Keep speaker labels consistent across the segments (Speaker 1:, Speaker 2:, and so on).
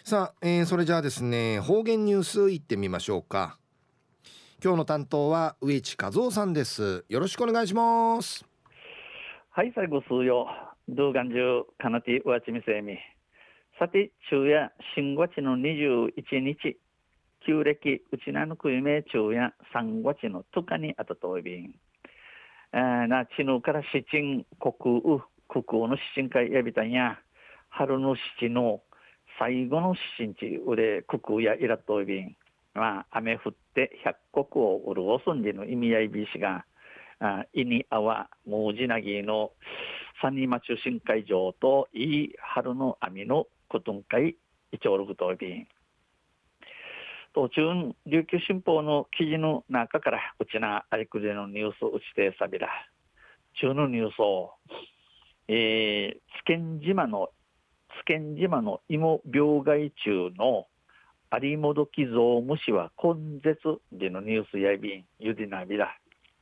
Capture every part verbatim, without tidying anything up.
Speaker 1: さあ、えーそれじゃあですね、方言ニュースいってみましょうか。今日の担当は植地和夫さんです。よろしくお願いします。
Speaker 2: はい、最後数曜、ドゥーガンジュカナティウワチミセミ。さて、昼夜、新月のにじゅういちにち、旧暦、うちなぬくいめ昼夜、三月のとおかにあたといびん。えーな、ちぬから七鎮国雨、国雨の七鎮会やびたんや、春の七の最後の七日、うれ、国雨やいらっといびん。まあ、雨降って百国を潤すんじの意味合いびしが、あイニアワムージナギのサニマ中心会場といい春の網のことん会イチョウルグトビン途中琉球新報の記事の中からうちなありくじのニュースを打ちてさびら中のニュースを、えー、津堅島の津堅島の芋病害虫の有もどきゾウムシは根絶でのニュースやびんゆでなびら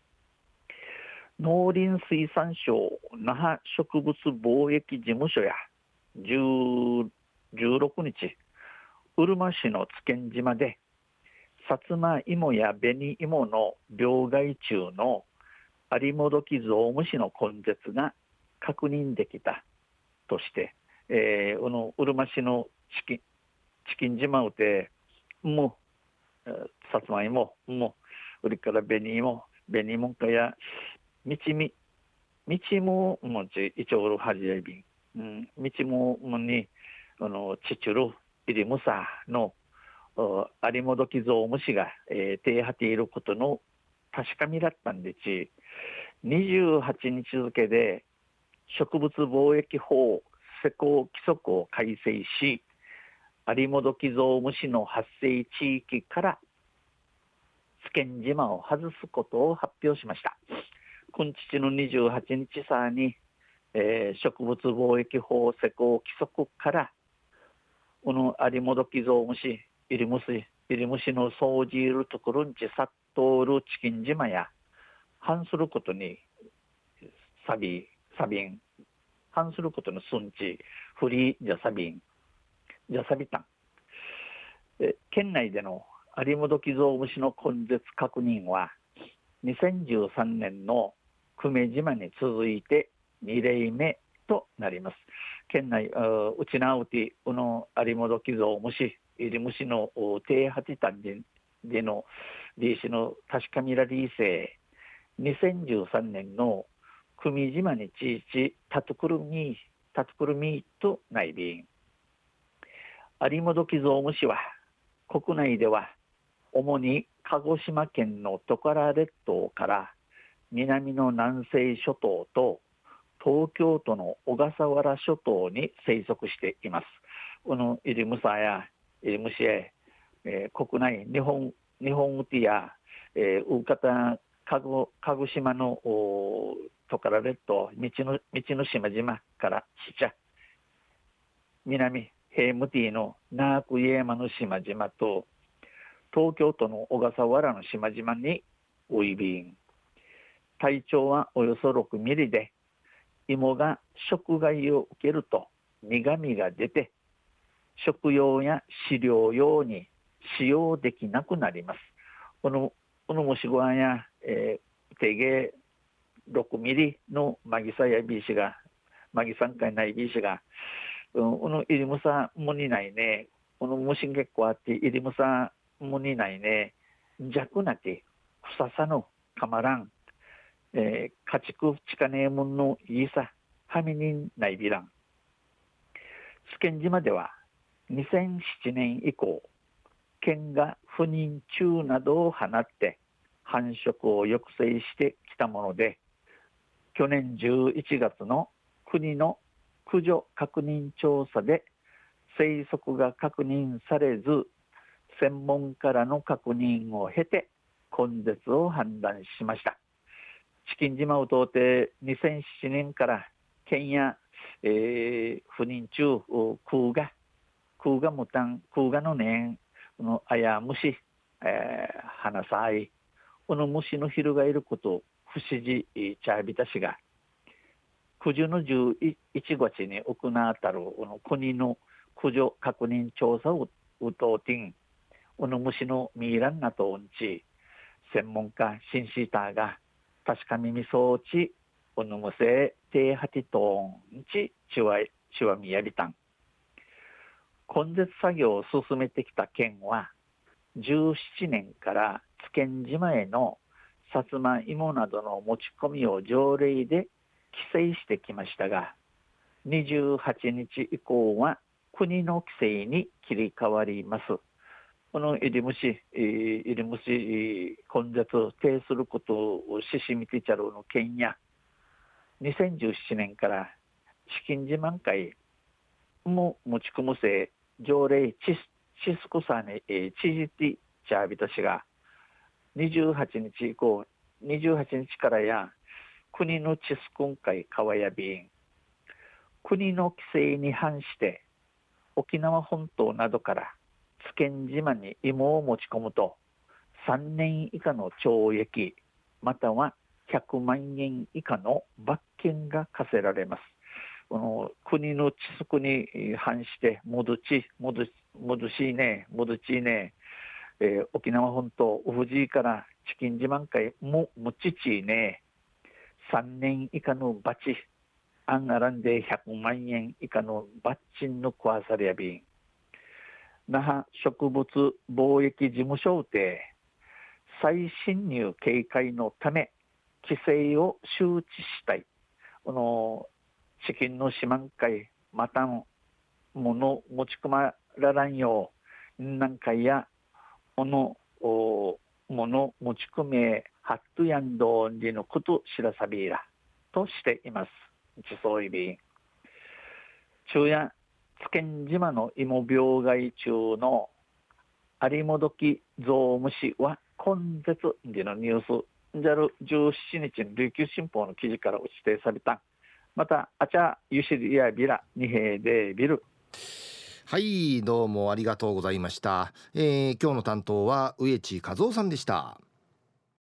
Speaker 2: 農林水産省那覇植物貿易事務所やじゅうじゅうろくにちうるま市の津堅島でさつまいもや紅芋の病害虫の有もどきゾウムシの根絶が確認できたとして、えー、このうるま市のチキンチキン島うてもうさつまいももう売りから紅芋紅芋かや道み道ももち一応はじやびん、うん、道ももにあのちちゅるいりむさのありもどきゾウムシが、えー、手はていることの確かみだったんでちにじゅうはちにち付で植物貿易法施行規則を改正しありもどきゾウムシの発生地域から津堅島を外すことを発表しました。今日のにじゅうはちにちさに、えー、植物貿易法施行規則からこのありもどきゾウムシイリムシイリムシの掃除いるところにさっとるチキン島や反することにサビサビン反することの寸地フリージャサビンジャサビタンえ県内でのありもどきゾウムシの根絶確認はにせんじゅうさんねんの久米島に続いてにれいめとなります。県内うちなうてうのありもどきゾウムシイリムシの低八単ででのリーシの確かみらリーセーにせんじゅうさんねんの久米島にちいちタトクルミタトクルミとないびんありもどきゾウムシは国内では主に鹿児島県のトカラ列島から南の南西諸島と東京都の小笠原諸島に生息しています。このイリムサやイリムシエ、えー、国内日本日本ウティや、えー、ウーカタ鹿児鹿児島のトカラ列島道の道の島々からしちゃ南ヘイムティのナークイエマの島々と東京都の小笠原の島々にウイビン体長はおよそろくミリで芋が食害を受けると苦みが出て食用や飼料用に使用できなくなります。このこの虫ごはんや、えー、定芸ろくミリのマギサやビーシがマギサンカイないビーシが、うん、このイリムサもにないねこの虫結構あってイリムサもにないね弱なきふささのかまらんえー、家畜地下ネームのいいさはみにんないびらん津堅島ではにせんななねん以降県が不妊虫などを放って繁殖を抑制してきたもので去年じゅういちがつの国の駆除確認調査で生息が確認されず専門家らの確認を経て根絶を判断しました。チキン島を通ってにせんななねんから県や、えー、不妊虫空が空が無炭空がの年このあや虫、えー、花咲いこの虫の翻ること不思議チャービタシがくじゅうのじゅういちがつに行うたるこの国の駆除確認調査をうとうてんうぬむしのミーランナとうんち専門家シンシーターが確か耳装置うぬむせてはてとんちちわちわみやびたん根絶作業を進めてきた県はじゅうななねんから津堅島へのさつまいもなどの持ち込みを条例で規制してきましたがにじゅうはちにち以降は国の規制に切り替わります。この入り虫、入り虫根絶を呈することをししみてちゃるの県やにせんじゅうななねんから資金自慢会も持ち込むせ条例チシスクサネチジティチャービタ氏がにじゅうはちにち以降にじゅうはちにちからや国のチスクン会川やびん国の規制に反して沖縄本島などから津堅島に芋を持ち込むとさんねん以下の懲役またはひゃくまんえん以下の罰金が課せられます。この国の知識に反して戻ち戻し戻しね戻ちね、えー、沖縄本島ウフジーからチキン自慢会ももちちねさんねん以下の罰アンアランでひゃくまんえん以下の罰金の壊されやびん那覇植物貿易事務所で再侵入警戒のため規制を周知したいこのチキンの四万回またのもの持ち込まららんよう何回やこのもの持ち込めハットヤンドンリのこと知らさびらとしています。地層いびん昼夜津堅島の芋病害中の有もどきゾウムシは根絶でのニュースジャルじゅうしちにちの琉球新報の記事から指定されたまたあちゃゆしりやびらにへいでビル
Speaker 1: はいどうもありがとうございました、えー、今日の担当は植地和夫さんでした。